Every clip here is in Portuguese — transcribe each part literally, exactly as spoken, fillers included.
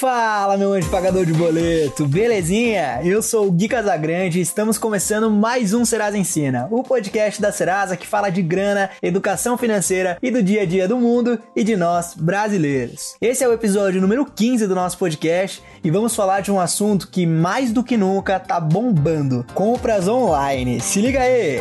Fala, meu anjo pagador de boleto, belezinha? Eu sou o Gui Casagrande e estamos começando mais um Serasa Ensina, o podcast da Serasa que fala de grana, educação financeira e do dia a dia do mundo e de nós, brasileiros. Esse é o episódio número quinze do nosso podcast e vamos falar de um assunto que mais do que nunca tá bombando: compras online. Se liga aí!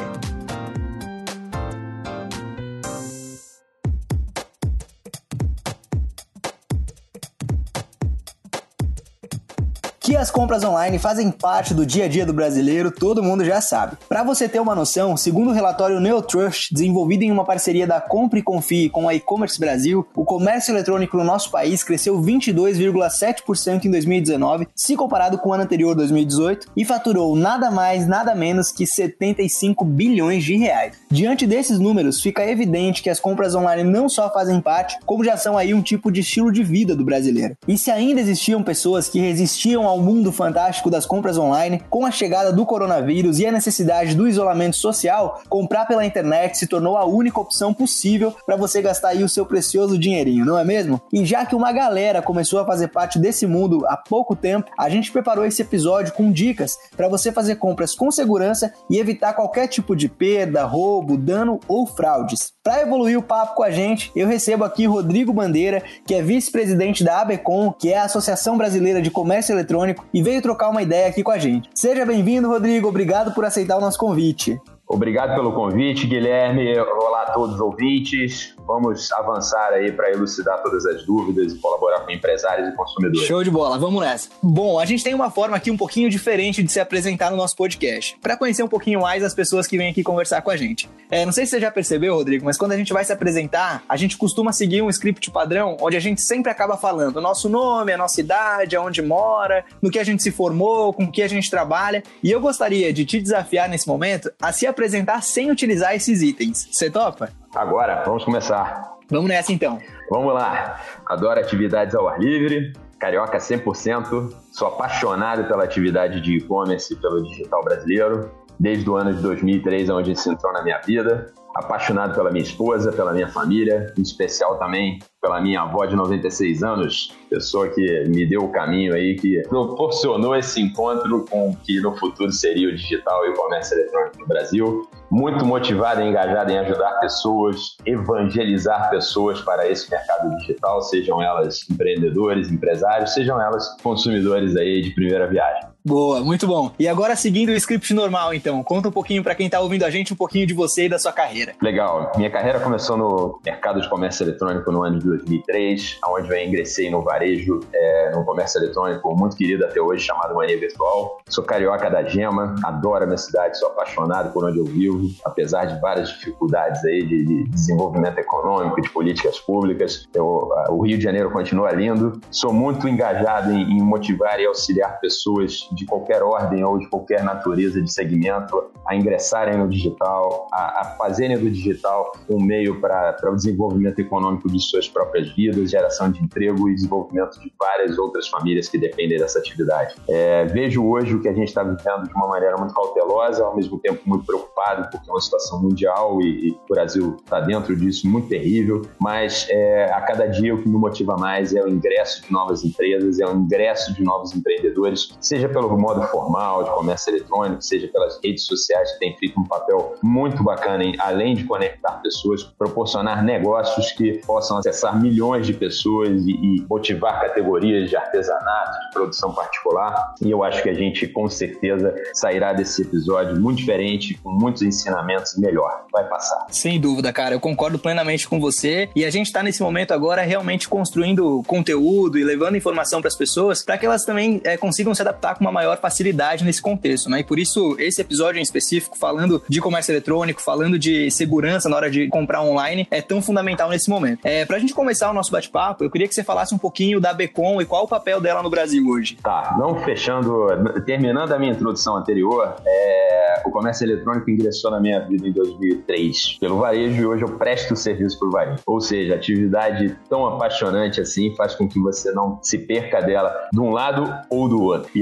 Que as compras online fazem parte do dia a dia do brasileiro, todo mundo já sabe. Para você ter uma noção, segundo o relatório Neotrust, desenvolvido em uma parceria da Compre e Confie com a E-Commerce Brasil, o comércio eletrônico no nosso país cresceu vinte e dois vírgula sete por cento em dois mil e dezenove, se comparado com o ano anterior, dois mil e dezoito, e faturou nada mais, nada menos que setenta e cinco bilhões de reais. Diante desses números, fica evidente que as compras online não só fazem parte, como já são aí um tipo de estilo de vida do brasileiro. E se ainda existiam pessoas que resistiam ao mundo fantástico das compras online, com a chegada do coronavírus e a necessidade do isolamento social, comprar pela internet se tornou a única opção possível para você gastar aí o seu precioso dinheirinho, não é mesmo? E já que uma galera começou a fazer parte desse mundo há pouco tempo, a gente preparou esse episódio com dicas para você fazer compras com segurança e evitar qualquer tipo de perda, roubo, dano ou fraudes. Para evoluir o papo com a gente, eu recebo aqui Rodrigo Bandeira, que é vice-presidente da ABECOM, que é a Associação Brasileira de Comércio Eletrônico, e veio trocar uma ideia aqui com a gente. Seja bem-vindo, Rodrigo. Obrigado por aceitar o nosso convite. Obrigado pelo convite, Guilherme. Olá a todos os ouvintes. Vamos avançar aí para elucidar todas as dúvidas e colaborar com empresários e consumidores. Show de bola, vamos nessa. Bom, a gente tem uma forma aqui um pouquinho diferente de se apresentar no nosso podcast, para conhecer um pouquinho mais as pessoas que vêm aqui conversar com a gente. É, não sei se você já percebeu, Rodrigo, mas quando a gente vai se apresentar, a gente costuma seguir um script padrão, onde a gente sempre acaba falando o nosso nome, a nossa idade, aonde mora, no que a gente se formou, com o que a gente trabalha. E eu gostaria de te desafiar nesse momento a se apresentar sem utilizar esses itens. Você topa? Agora, vamos começar. Vamos nessa então. Vamos lá. Adoro atividades ao ar livre, carioca cem por cento, sou apaixonado pela atividade de e-commerce e pelo digital brasileiro, desde o ano de dois mil e três, onde isso entrou na minha vida. Apaixonado pela minha esposa, pela minha família, em especial também pela minha avó de noventa e seis anos, pessoa que me deu o caminho aí, que proporcionou esse encontro com o que no futuro seria o digital e o comércio eletrônico no Brasil. Muito motivado e engajado em ajudar pessoas, evangelizar pessoas para esse mercado digital, sejam elas empreendedores, empresários, sejam elas consumidores aí de primeira viagem. Boa, muito bom. E agora, seguindo o script normal, então, conta um pouquinho para quem está ouvindo a gente, um pouquinho de você e da sua carreira. Legal. Minha carreira começou no mercado de comércio eletrônico no ano de dois mil e três, onde eu ingressei no varejo, é, no comércio eletrônico muito querido até hoje, chamado Mania Virtual. Sou carioca da Gema, adoro a minha cidade, sou apaixonado por onde eu vivo, apesar de várias dificuldades aí de, de desenvolvimento econômico, de políticas públicas. Eu, o Rio de Janeiro continua lindo. Sou muito engajado em, em motivar e auxiliar pessoas de qualquer ordem ou de qualquer natureza de segmento a ingressarem no digital, a, a fazerem do digital um meio para o desenvolvimento econômico de suas próprias vidas, geração de emprego e desenvolvimento de várias outras famílias que dependem dessa atividade. É, vejo hoje o que a gente está vivendo de uma maneira muito cautelosa, ao mesmo tempo muito preocupado, porque é uma situação mundial e, e o Brasil está dentro disso, muito terrível, mas é, a cada dia o que me motiva mais é o ingresso de novas empresas, é o ingresso de novos empreendedores, seja pelo modo formal de comércio eletrônico, seja pelas redes sociais, que têm feito um papel muito bacana em, além de conectar pessoas, proporcionar negócios que possam acessar milhões de pessoas e, e motivar categorias de artesanato, de produção particular. E eu acho que a gente, com certeza, sairá desse episódio muito diferente, com muitos ensinamentos melhor. Vai passar. Sem dúvida, cara. Eu concordo plenamente com você. E a gente está nesse momento agora realmente construindo conteúdo e levando informação para as pessoas para que elas também é, consigam se adaptar com uma maior facilidade nesse contexto, né? E por isso, esse episódio em específico, falando de comércio eletrônico, falando de segurança na hora de comprar online, é tão fundamental nesse momento. É, pra gente começar o nosso bate-papo, eu queria que você falasse um pouquinho da ABECOM e qual o papel dela no Brasil hoje. Tá, não fechando, terminando a minha introdução anterior, é, o comércio eletrônico ingressou na minha vida em dois mil e três pelo varejo e hoje eu presto serviço pro varejo. Ou seja, atividade tão apaixonante assim faz com que você não se perca dela de um lado ou do outro. E aí agora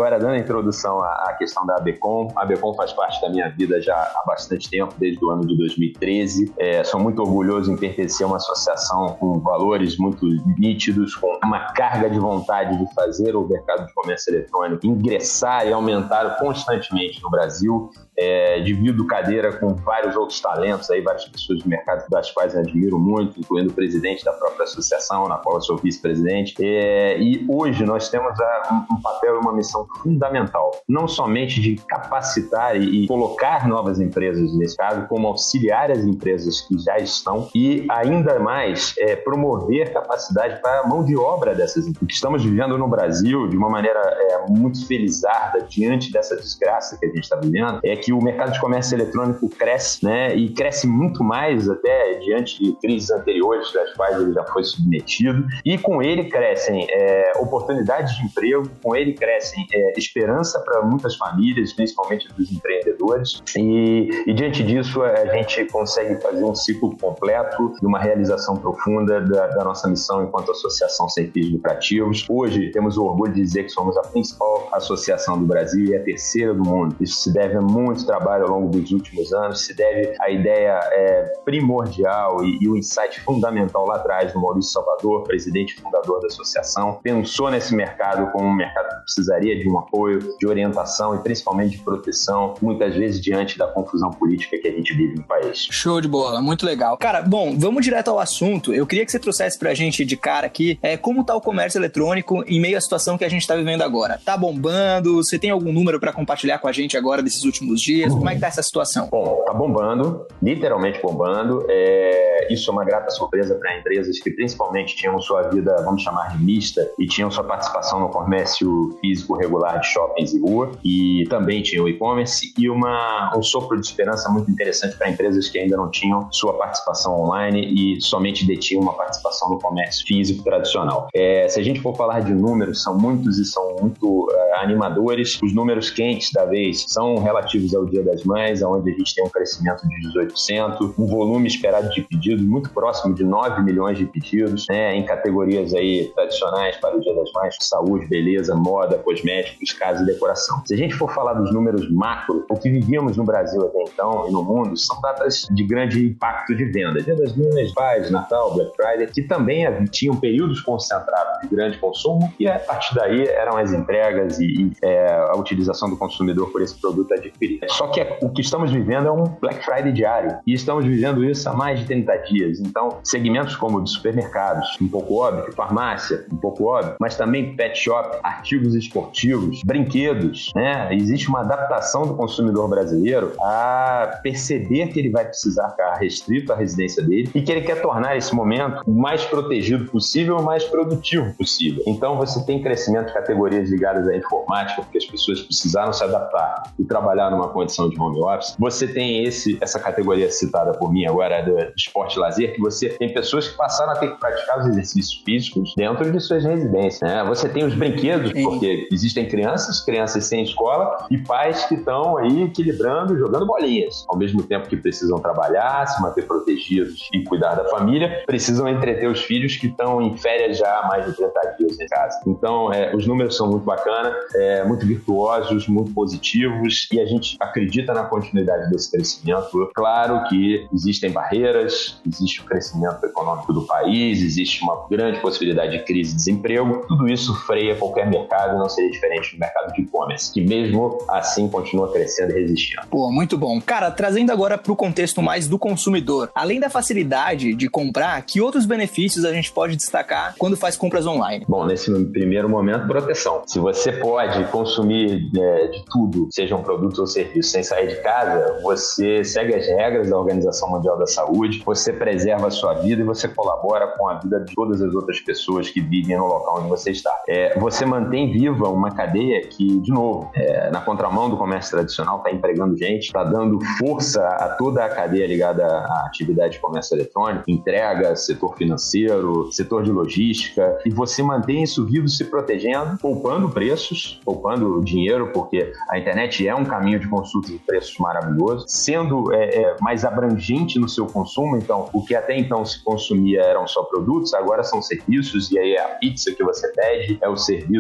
agora dando a introdução à questão da ABCOM. A ABCOM faz parte da minha vida já há bastante tempo, desde o ano de dois mil e treze. É, sou muito orgulhoso em pertencer a uma associação com valores muito nítidos, com uma carga de vontade de fazer o mercado de comércio eletrônico ingressar e aumentar constantemente no Brasil. É, divido cadeira com vários outros talentos, aí, várias pessoas do mercado das quais eu admiro muito, incluindo o presidente da própria associação, na qual eu sou vice-presidente. É, e hoje nós temos a, um papel e uma missão fundamental, não somente de capacitar e, e colocar novas empresas nesse caso, como auxiliar as empresas que já estão e ainda mais é, promover capacidade para a mão de obra dessas empresas. O que estamos vivendo no Brasil de uma maneira é, muito felizarda diante dessa desgraça que a gente está vivendo é que o mercado de comércio eletrônico cresce, né, e cresce muito mais até diante de crises anteriores das quais ele já foi submetido, e com ele crescem é, oportunidades de emprego, com ele crescem é, esperança para muitas famílias, principalmente dos empreendedores, e, e diante disso a gente consegue fazer um ciclo completo e uma realização profunda da, da nossa missão enquanto associação sem fins lucrativos. Hoje temos o orgulho de dizer que somos a principal associação do Brasil e a terceira do mundo. Isso se deve a muito trabalho ao longo dos últimos anos, se deve à ideia é, primordial e, e o insight fundamental lá atrás do Maurício Salvador, presidente e fundador da associação. Pensou nesse mercado como um mercado que precisaria de um apoio, de orientação e principalmente de proteção, muitas vezes diante da confusão política que a gente vive no país. Show de bola, muito legal. Cara, bom, vamos direto ao assunto. Eu queria que você trouxesse pra gente de cara aqui é, como tá o comércio eletrônico em meio à situação que a gente tá vivendo agora. Tá bombando? Você tem algum número pra compartilhar com a gente agora desses últimos dias? Como é que tá essa situação? Bom, tá bombando, literalmente bombando. É, isso é uma grata surpresa para empresas que principalmente tinham sua vida, vamos chamar de mista, e tinham sua participação no comércio físico regular de shoppings e rua, e também tinham e-commerce, e uma, um sopro de esperança muito interessante para empresas que ainda não tinham sua participação online e somente detinham uma participação no comércio físico tradicional. É, se a gente for falar de números, são muitos e são muito uh, animadores. Os números quentes da vez são relativos ao Dia das Mães, onde a gente tem um crescimento de dezoito por cento, um volume esperado de pedidos muito próximo de nove milhões de pedidos, né, em categorias aí tradicionais para o Dia das Mães, saúde, beleza, moda, cosméticos, casa e decoração. Se a gente for falar dos números macro, o que vivíamos no Brasil até então e no mundo são datas de grande impacto de venda. Dia das Mães, Paz, Natal, Black Friday, que também tinham períodos concentrados de grande consumo e a partir daí eram as entregas e, e é, a utilização do consumidor por esse produto adquirido. Só que o que estamos vivendo é um Black Friday diário e estamos vivendo isso há mais de trinta dias. Então, segmentos como de supermercados, um pouco óbvio, farmácia, um pouco óbvio, mas também pet shop, artigos esportivos, brinquedos, né? Existe uma adaptação do consumidor brasileiro a perceber que ele vai precisar ficar restrito à residência dele e que ele quer tornar esse momento o mais protegido possível, o mais produtivo possível. Então, você tem crescimento de categorias ligadas à informática, porque as pessoas precisaram se adaptar e trabalhar numa condição de home office. Você tem esse, essa categoria citada por mim agora do esporte e lazer, que você tem pessoas que passaram a ter que praticar os exercícios físicos dentro de suas residências, né? Você tem os brinquedos, Sim. porque existem crianças, crianças sem escola e pais que estão aí equilibrando, jogando bolinhas. Ao mesmo tempo que precisam trabalhar, se manter protegidos e cuidar da família, precisam entreter os filhos que estão em férias já há mais de trinta dias em casa. Então, é, os números são muito bacanas, é, muito virtuosos, muito positivos e a gente acredita na continuidade desse crescimento. Claro que existem barreiras, existe o crescimento econômico do país, existe uma grande possibilidade de crise e desemprego. Tudo isso freia qualquer mercado e não seria diferente do mercado de e-commerce, que mesmo assim continua crescendo e resistindo. Pô, muito bom. Cara, trazendo agora para o contexto mais do consumidor, além da facilidade de comprar, que outros benefícios a gente pode destacar quando faz compras online? Bom, nesse primeiro momento, proteção. Se você pode consumir é, de tudo, sejam produtos ou serviços, sem sair de casa, você segue as regras da Organização Mundial da Saúde, você preserva a sua vida e você colabora com a vida de todas as outras pessoas que vivem no local onde você está. É, você mantém viva uma cadeia que, de novo, é, na contramão do comércio tradicional, está empregando gente, está dando força a toda a cadeia ligada à atividade de comércio eletrônico, entrega, setor financeiro, setor de logística, e você mantém isso vivo se protegendo, poupando preços, poupando dinheiro, porque a internet é um caminho de consulta de preços maravilhoso, sendo é, é, mais abrangente no seu consumo. Então, o que até então se consumia eram só produtos, agora são serviços, e aí é a pizza que você pede, é o serviço de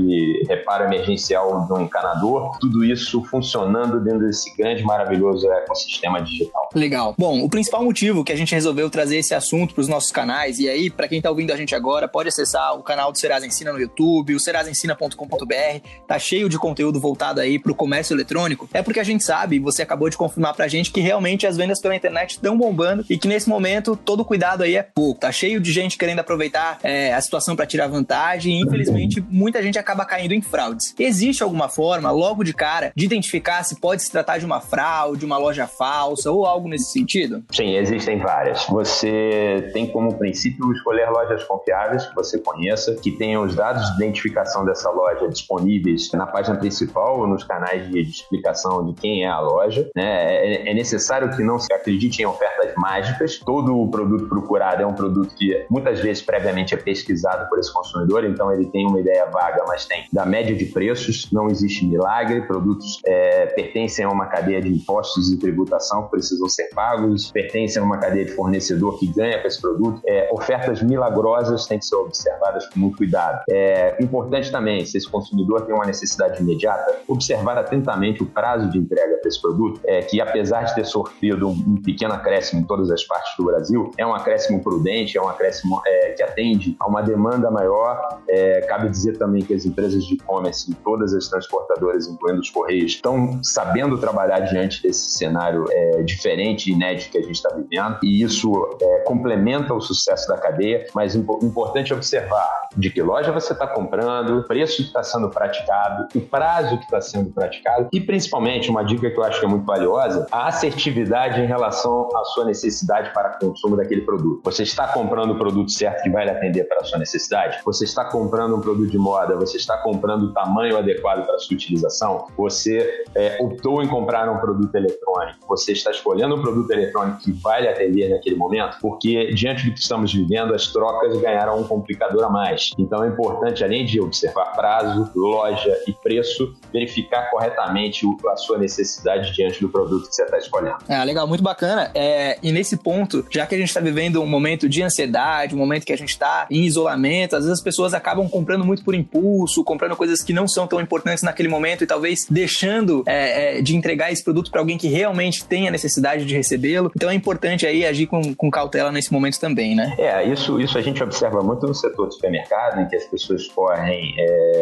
de reparo emergencial de um encanador, tudo isso funcionando dentro desse grande, maravilhoso ecossistema digital. Legal. Bom, o principal motivo que a gente resolveu trazer esse assunto para os nossos canais, e aí, para quem está ouvindo a gente agora, pode acessar o canal do Serasa Ensina no YouTube, o serasa ensina ponto com ponto b r, tá cheio de conteúdo voltado aí para o comércio eletrônico, é porque a gente sabe, você acabou de confirmar pra gente, que realmente as vendas pela internet estão bombando e que nesse momento todo cuidado aí é pouco. Tá cheio de gente querendo aproveitar é, a situação para tirar vantagem e infelizmente muita gente acaba caindo em fraudes. Existe alguma forma, logo de cara, de identificar se pode se tratar de uma fraude, uma loja falsa ou algo nesse sentido? Sim, existem várias. Você tem como princípio escolher lojas confiáveis que você conheça, que tenham os dados de identificação dessa loja disponíveis na página principal ou nos canais de explicação de quem é a loja, né? É necessário que não se acredite em ofertas mágicas. Todo o produto procurado é um produto que muitas vezes previamente é pesquisado por esse consumidor, então ele tem uma ideia vaga, mas tem da média de preços, não existe milagre, produtos é, pertencem a uma cadeia de impostos e tributação que precisam ser pagos, pertencem a uma cadeia de fornecedor que ganha com esse produto. É, ofertas milagrosas têm que ser observadas com muito cuidado. É importante também, se esse consumidor tem uma necessidade imediata, observar atentamente o prazo de entrega para esse produto, é, que apesar de ter sofrido um, um pequeno acréscimo em todas as partes do Brasil, é um acréscimo prudente, é um acréscimo é, que atende a uma demanda maior. É, cabe dizer também que as empresas de e-commerce e todas as transportadoras, incluindo os Correios, estão sabendo trabalhar diante desse cenário é, diferente e inédito que a gente está vivendo, e isso é, complementa o sucesso da cadeia, mas impo- importante observar de que loja você está comprando, o preço que está sendo praticado, o prazo que está sendo praticado e, principalmente, uma dica que eu acho que é muito valiosa, a assertividade em relação à sua necessidade para consumo daquele produto. Você está comprando o produto certo que vai lhe atender para a sua necessidade? Você está comprando um produto de moda? Você está comprando o tamanho adequado para a sua utilização? Você é, optou em comprar um produto eletrônico? Você está escolhendo um produto eletrônico que vai lhe atender naquele momento? Porque, diante do que estamos vivendo, as trocas ganharam um complicador a mais. Então, é importante, além de observar prazo, loja e preço, verificar corretamente a sua necessidade diante do produto que você está escolhendo. Ah, legal, muito bacana. É, e nesse ponto, já que a gente está vivendo um momento de ansiedade, um momento que a gente está em isolamento, às vezes as pessoas acabam comprando muito por impulso, comprando coisas que não são tão importantes naquele momento e talvez deixando é, é, de entregar esse produto para alguém que realmente tem a necessidade de recebê-lo. Então é importante aí agir com, com cautela nesse momento também, né? É, isso, isso a gente observa muito no setor de supermercado, em que as pessoas correm,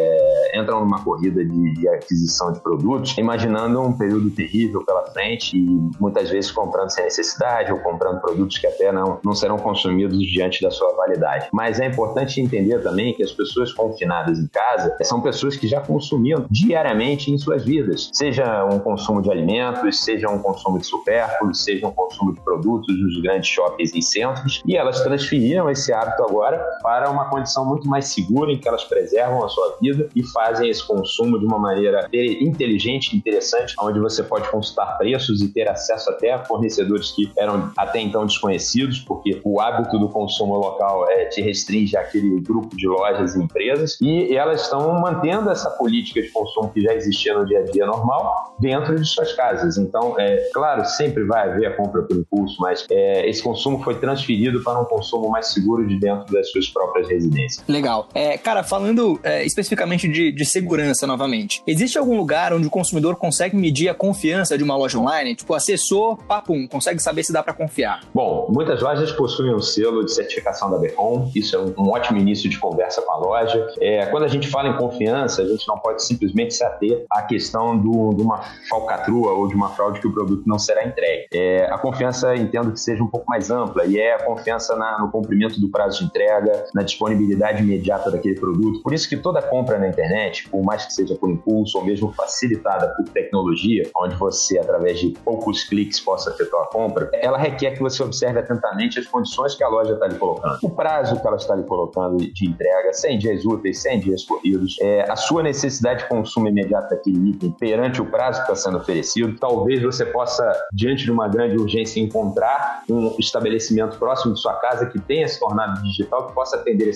é, entram numa corrida de, de aquisição de produtos, imaginando um período terrível pela frente e muitas vezes comprando sem necessidade ou comprando produtos que até não, não serão consumidos diante da sua validade. Mas é importante entender também que as pessoas confinadas em casa são pessoas que já consumiam diariamente em suas vidas, seja um consumo de alimentos, seja um consumo de supérfluos, seja um consumo de produtos nos grandes shoppings e centros, e elas transferiram esse hábito agora para uma condição muito mais segura, em que elas preservam a sua vida e fazem esse consumo de uma maneira inteligente e interessante, onde você pode consultar preços e ter acesso até a fornecedores que eram até então desconhecidos, porque o hábito do consumo local é, te restringe àquele grupo de lojas e empresas, e elas estão mantendo essa política de consumo que já existia no dia a dia normal dentro de suas casas. Então, é claro, sempre vai haver a compra por impulso, mas é, esse consumo foi transferido para um consumo mais seguro de dentro das suas próprias residências. Legal. É, cara, falando é, especificamente de, de segurança novamente, existe algum lugar onde o consumidor consegue medir a confiança de uma loja online? Tipo, acessou, papum, consegue saber se dá para confiar? Bom, muitas lojas possuem um selo de certificação da Becom, isso é um, um ótimo início de conversa com a loja. É, quando a gente fala em confiança, a gente não pode simplesmente se ater à questão do, de uma falcatrua ou de uma fraude que o produto não será entregue. É, a confiança, entendo que seja um pouco mais ampla, e é a confiança na, no cumprimento do prazo de entrega, na disponibilidade imediata daquele produto. Por isso que toda compra na internet, por mais que seja por impulso ou mesmo facilitada por tecnologia, onde você, através de poucos cliques, possa efetuar a compra, ela requer que você observe atentamente as condições que a loja está lhe colocando, o prazo que ela está lhe colocando de entrega, cem dias úteis, cem dias corridos, é, a sua necessidade de consumo imediato daquele item perante o prazo que está sendo oferecido. Talvez você possa, diante de uma grande urgência, encontrar um estabelecimento próximo de sua casa que tenha se tornado digital, que possa atender esse prazo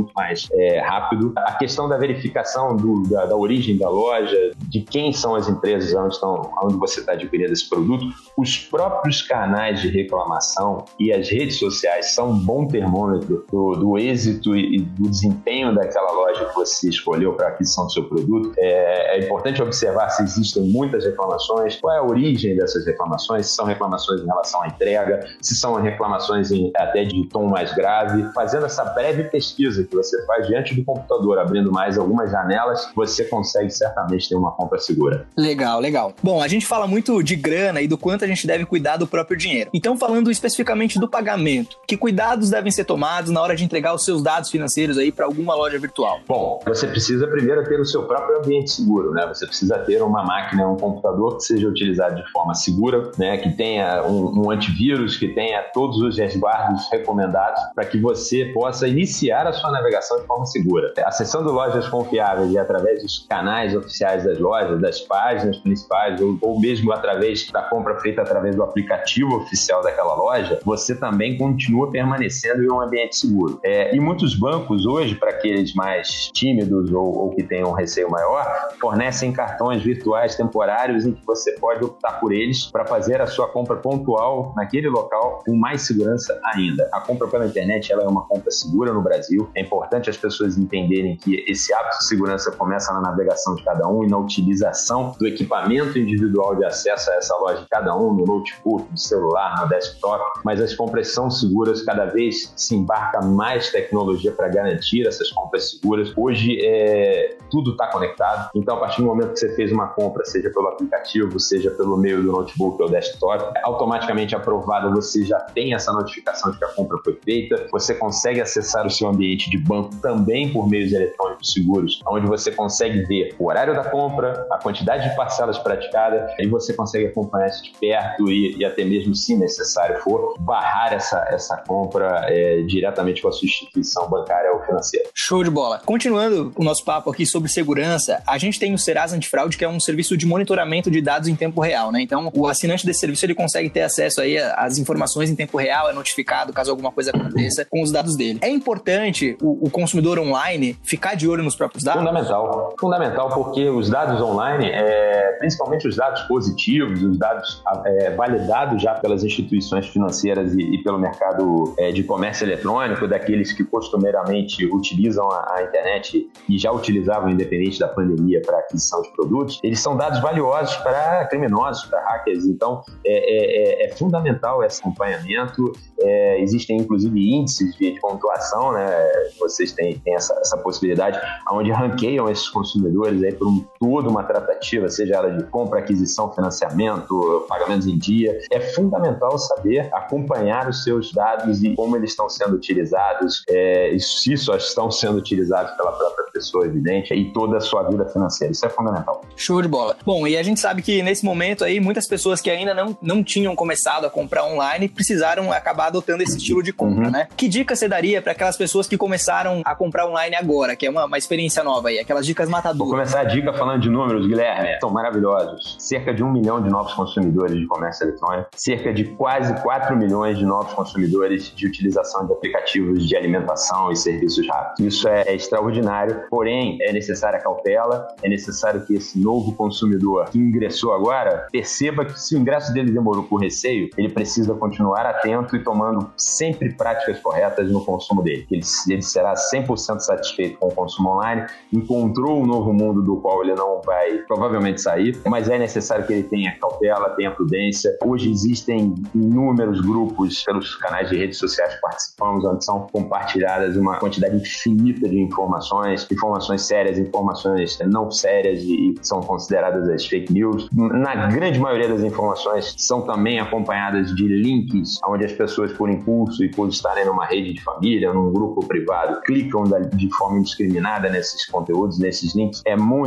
muito mais é, rápido. A questão da verificação do, da, da origem da loja, de quem são as empresas onde, estão, onde você está adquirindo esse produto, os próprios canais de reclamação e as redes sociais são um bom termômetro do, do êxito e do desempenho daquela loja que você escolheu para a aquisição do seu produto. É, é importante observar se existem muitas reclamações, qual é a origem dessas reclamações, se são reclamações em relação à entrega, se são reclamações em, até de tom mais grave. Fazendo essa breve pesquisa que você faz diante do computador, abrindo mais algumas janelas, você consegue certamente ter uma compra segura. Legal, legal. Bom, a gente fala muito de grana e do quanto a gente deve cuidar do próprio dinheiro. Então, falando especificamente do pagamento, que cuidados devem ser tomados na hora de entregar os seus dados financeiros aí para alguma loja virtual? Bom, você precisa primeiro ter o seu próprio ambiente seguro, né? Você precisa ter uma máquina, um computador que seja utilizado de forma segura, né? Que tenha um, um antivírus, que tenha todos os resguardos recomendados para que você possa iniciar a sua navegação de forma segura. Acessando lojas confiáveis e através dos canais oficiais das lojas, das páginas principais ou, ou mesmo através da compra feita através do aplicativo oficial daquela loja, você também continua permanecendo em um ambiente seguro. É, e muitos bancos hoje, para aqueles mais tímidos ou, ou que tenham um receio maior, fornecem cartões virtuais temporários em que você pode optar por eles para fazer a sua compra pontual naquele local com mais segurança ainda. A compra pela internet ela é uma compra segura no Brasil. É importante as pessoas entenderem que esse hábito de segurança começa na navegação de cada um e na utilização do equipamento individual de acesso a essa loja de cada um, no notebook, no celular, no desktop, mas as compras são seguras, cada vez se embarca mais tecnologia para garantir essas compras seguras. Hoje é, tudo está conectado, então a partir do momento que você fez uma compra, seja pelo aplicativo, seja pelo meio do notebook ou desktop, automaticamente aprovada, você já tem essa notificação de que a compra foi feita, você consegue acessar o seu ambiente de banco também por meios eletrônicos seguros, onde você consegue ver o horário da compra, a quantidade de parcelas praticada, e você consegue acompanhar isso de perto e, e até mesmo, se necessário for, barrar essa, essa compra é, diretamente com a sua instituição bancária ou financeira. Show de bola. Continuando o nosso papo aqui sobre segurança, a gente tem o Serasa Antifraude, que é um serviço de monitoramento de dados em tempo real, né? Então, o assinante desse serviço, ele consegue ter acesso aí às informações em tempo real, é notificado caso alguma coisa aconteça com os dados dele. É importante o, o consumidor online ficar de olho nos próprios dados? Fundamental. Fundamental, porque os dados online, é, principalmente os dados positivos, os dados é, validados já pelas instituições financeiras e, e pelo mercado é, de comércio eletrônico, daqueles que costumeiramente utilizam a, a internet e já utilizavam independente da pandemia para aquisição de produtos, eles são dados valiosos para criminosos, para hackers. Então, é, é, é fundamental esse acompanhamento. É, existem, inclusive, índices de, de pontuação, né? Vocês têm, têm essa, essa possibilidade, onde ranqueiam esses consumidores aí por um, toda uma tratativa, seja ela de compra, aquisição, financiamento, pagamentos em dia. É fundamental saber acompanhar os seus dados e como eles estão sendo utilizados, é, se só estão sendo utilizados pela própria pessoa, evidente, e toda a sua vida financeira. Isso é fundamental. Show de bola. Bom, e a gente sabe que nesse momento aí, muitas pessoas que ainda não, não tinham começado a comprar online precisaram acabar adotando esse estilo de compra, uhum. né? Que dica você daria para aquelas pessoas que começaram a comprar online agora, que é uma, uma experiência nova aí, aquelas dicas matadoras? Vou começar a dica falando de números, Guilherme. São maravilhosos. Cerca de um milhão de novos consumidores de comércio eletrônico, cerca de quase quatro milhões de novos consumidores de utilização de aplicativos de alimentação e serviços rápidos. Isso é, é extraordinário, porém é necessária cautela, é necessário que esse novo consumidor que ingressou agora perceba que se o ingresso dele demorou por receio, ele precisa continuar atento e tomando sempre práticas corretas no consumo dele. Ele, ele será cem por cento satisfeito com o consumo online, encontrou um novo mundo do qual ele não vai provavelmente sair, mas é necessário que ele tenha cautela, tenha prudência. Hoje existem inúmeros grupos pelos canais de redes sociais que participamos, onde são compartilhadas uma quantidade infinita de informações, informações sérias, informações não sérias e são consideradas as fake news. Na grande maioria das informações são também acompanhadas de links onde as pessoas, por impulso e por estarem numa rede de família, num grupo privado, clicam de forma indiscriminada nesses conteúdos, nesses links. É muito importante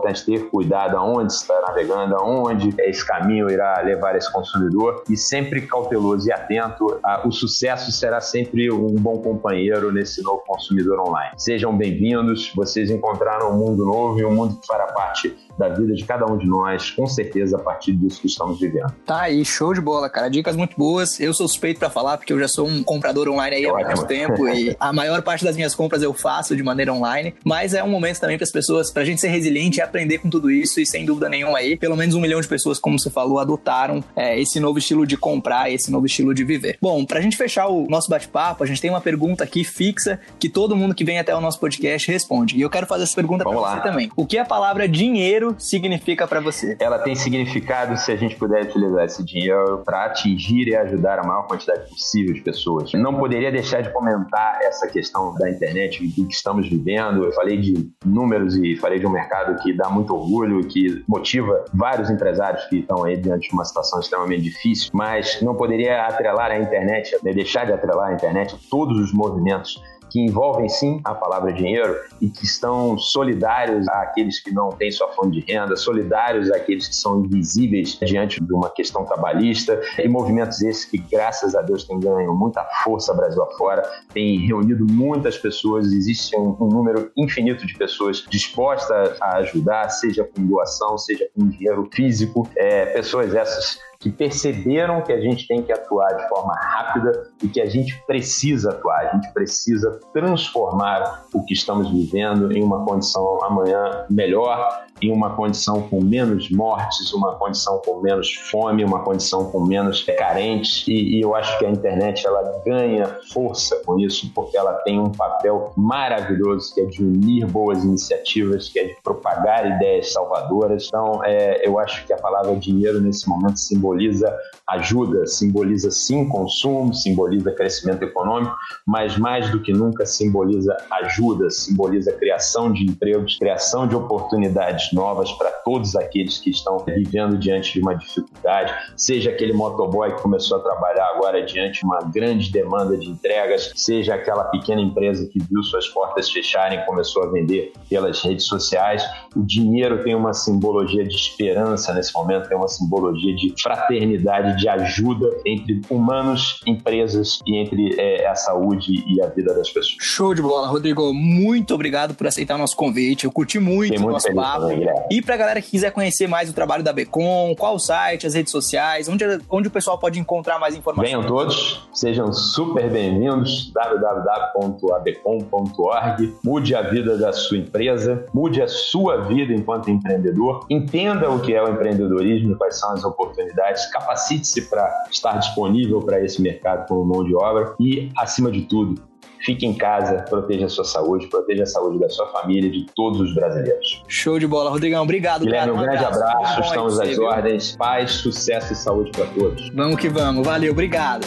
importante ter cuidado aonde está navegando, aonde esse caminho irá levar esse consumidor e sempre cauteloso e atento. O sucesso será sempre um bom companheiro nesse novo consumidor online. Sejam bem-vindos, vocês encontraram um mundo novo e um mundo que fará parte da vida de cada um de nós, com certeza, a partir disso que estamos vivendo. Tá aí, show de bola, cara. Dicas muito boas. Eu sou suspeito pra falar, porque eu já sou um comprador online aí há Ótimo. muito tempo e a maior parte das minhas compras eu faço de maneira online, mas é um momento também para as pessoas, pra gente ser resiliente e aprender com tudo isso e sem dúvida nenhuma aí, pelo menos um milhão de pessoas, como você falou, adotaram é, esse novo estilo de comprar, esse novo estilo de viver. Bom, pra gente fechar o nosso bate-papo, a gente tem uma pergunta aqui fixa que todo mundo que vem até o nosso podcast responde. E eu quero fazer essa pergunta Vamos pra lá. você também. O que a palavra dinheiro significa pra você? Ela tem significado se a gente puder utilizar esse dinheiro para atingir e ajudar a maior quantidade possível de pessoas. Não poderia deixar de comentar essa questão da internet, do que estamos vivendo. Eu falei de números e falei de um mercado que dá muito orgulho, que motiva vários empresários que estão aí diante de uma situação extremamente difícil, mas não poderia atrelar a internet, deixar de atrelar a internet a todos os movimentos que envolvem sim a palavra dinheiro e que estão solidários àqueles que não têm sua fonte de renda, solidários àqueles que são invisíveis diante de uma questão trabalhista, e movimentos esses que, graças a Deus, têm ganho muita força Brasil afora, têm reunido muitas pessoas, existe um, um número infinito de pessoas dispostas a ajudar, seja com doação, seja com dinheiro físico, é, pessoas essas que perceberam que a gente tem que atuar de forma rápida e que a gente precisa atuar, a gente precisa transformar o que estamos vivendo em uma condição amanhã melhor, em uma condição com menos mortes, uma condição com menos fome, uma condição com menos carentes, e, e eu acho que a internet ela ganha força com isso, porque ela tem um papel maravilhoso, que é de unir boas iniciativas, que é de propagar ideias salvadoras. Então, é, eu acho que a palavra dinheiro nesse momento simboliza ajuda, simboliza sim consumo, simboliza crescimento econômico, mas mais do que nunca simboliza ajuda, simboliza criação de empregos, criação de oportunidades novas para todos aqueles que estão vivendo diante de uma dificuldade, seja aquele motoboy que começou a trabalhar agora diante de uma grande demanda de entregas, seja aquela pequena empresa que viu suas portas fecharem e começou a vender pelas redes sociais. O dinheiro tem uma simbologia de esperança nesse momento, tem uma simbologia de fraternidade, de ajuda entre humanos, empresas e entre é, a saúde e a vida das pessoas. Show de bola, Rodrigo. Muito obrigado por aceitar o nosso convite. Eu curti muito o nosso papo. Também, e pra galera que quiser conhecer mais o trabalho da Becom, qual o site, as redes sociais, onde, onde o pessoal pode encontrar mais informações? Venham todos, sejam super bem-vindos, w w w ponto a becom ponto org. Mude a vida da sua empresa, mude a sua vida enquanto empreendedor, entenda o que é o empreendedorismo, quais são as oportunidades, capacite-se para estar disponível para esse mercado como mão de obra e, acima de tudo, fique em casa, proteja a sua saúde, proteja a saúde da sua família, de todos os brasileiros. Show de bola, Rodrigão. Obrigado, Guilherme, cara. um grande abraço, abraço estamos às viu? ordens. Paz, sucesso e saúde para todos. Vamos que vamos. Valeu, obrigado.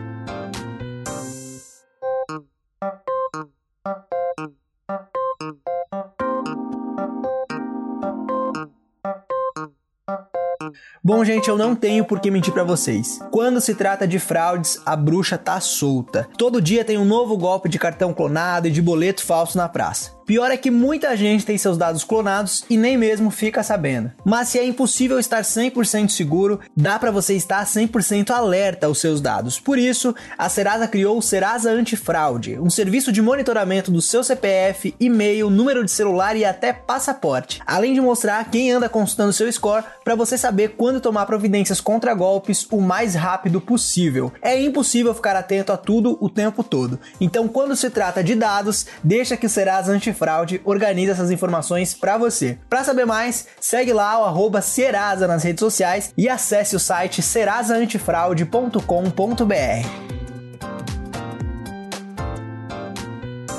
Bom, gente, eu não tenho por que mentir pra vocês. Quando se trata de fraudes, a bruxa tá solta. Todo dia tem um novo golpe de cartão clonado e de boleto falso na praça. Pior é que muita gente tem seus dados clonados e nem mesmo fica sabendo. Mas se é impossível estar cem por cento seguro, dá pra você estar cem por cento alerta aos seus dados. Por isso, a Serasa criou o Serasa Antifraude, um serviço de monitoramento do seu C P F, e-mail, número de celular e até passaporte. Além de mostrar quem anda consultando seu score para você saber quando tomar providências contra golpes o mais rápido possível. É impossível ficar atento a tudo o tempo todo. Então, quando se trata de dados, deixa que o Serasa Antifraude organiza essas informações para você. Para saber mais, segue lá o arroba Serasa nas redes sociais e acesse o site serasa antifraude ponto com ponto b r.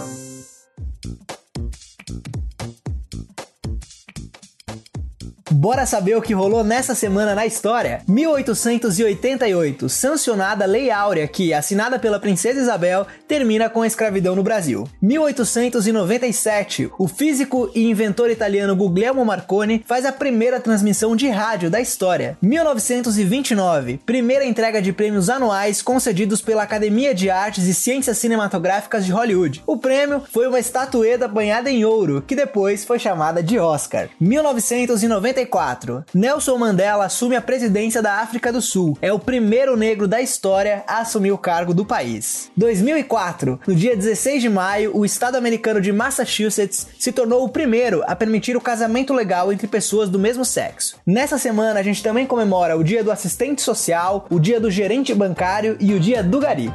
Bora Bora saber o que rolou nessa semana na história? mil oitocentos e oitenta e oito, sancionada a Lei Áurea que, assinada pela Princesa Isabel, termina com a escravidão no Brasil. mil oitocentos e noventa e sete, o físico e inventor italiano Guglielmo Marconi faz a primeira transmissão de rádio da história. mil novecentos e vinte e nove, primeira entrega de prêmios anuais concedidos pela Academia de Artes e Ciências Cinematográficas de Hollywood. O prêmio foi uma estatueta banhada em ouro, que depois foi chamada de Oscar. mil novecentos e noventa e quatro, Nelson Mandela assume a presidência da África do Sul. É o primeiro negro da história a assumir o cargo do país. dois mil e quatro, no dia dezesseis de maio, o estado americano de Massachusetts se tornou o primeiro a permitir o casamento legal entre pessoas do mesmo sexo. Nessa semana, a gente também comemora o dia do assistente social, o dia do gerente bancário e o dia do gari.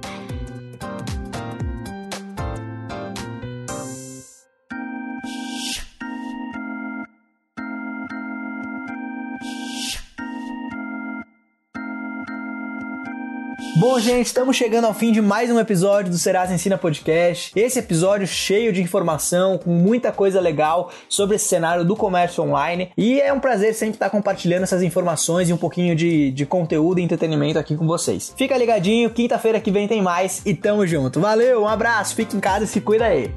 Bom, gente, estamos chegando ao fim de mais um episódio do Serasa Ensina Podcast. Esse episódio cheio de informação, com muita coisa legal sobre esse cenário do comércio online. E é um prazer sempre estar compartilhando essas informações e um pouquinho de, de conteúdo e entretenimento aqui com vocês. Fica ligadinho, quinta-feira que vem tem mais e tamo junto. Valeu, um abraço, fique em casa e se cuida aí.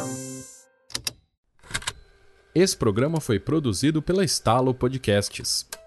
Esse programa foi produzido pela Estalo Podcasts.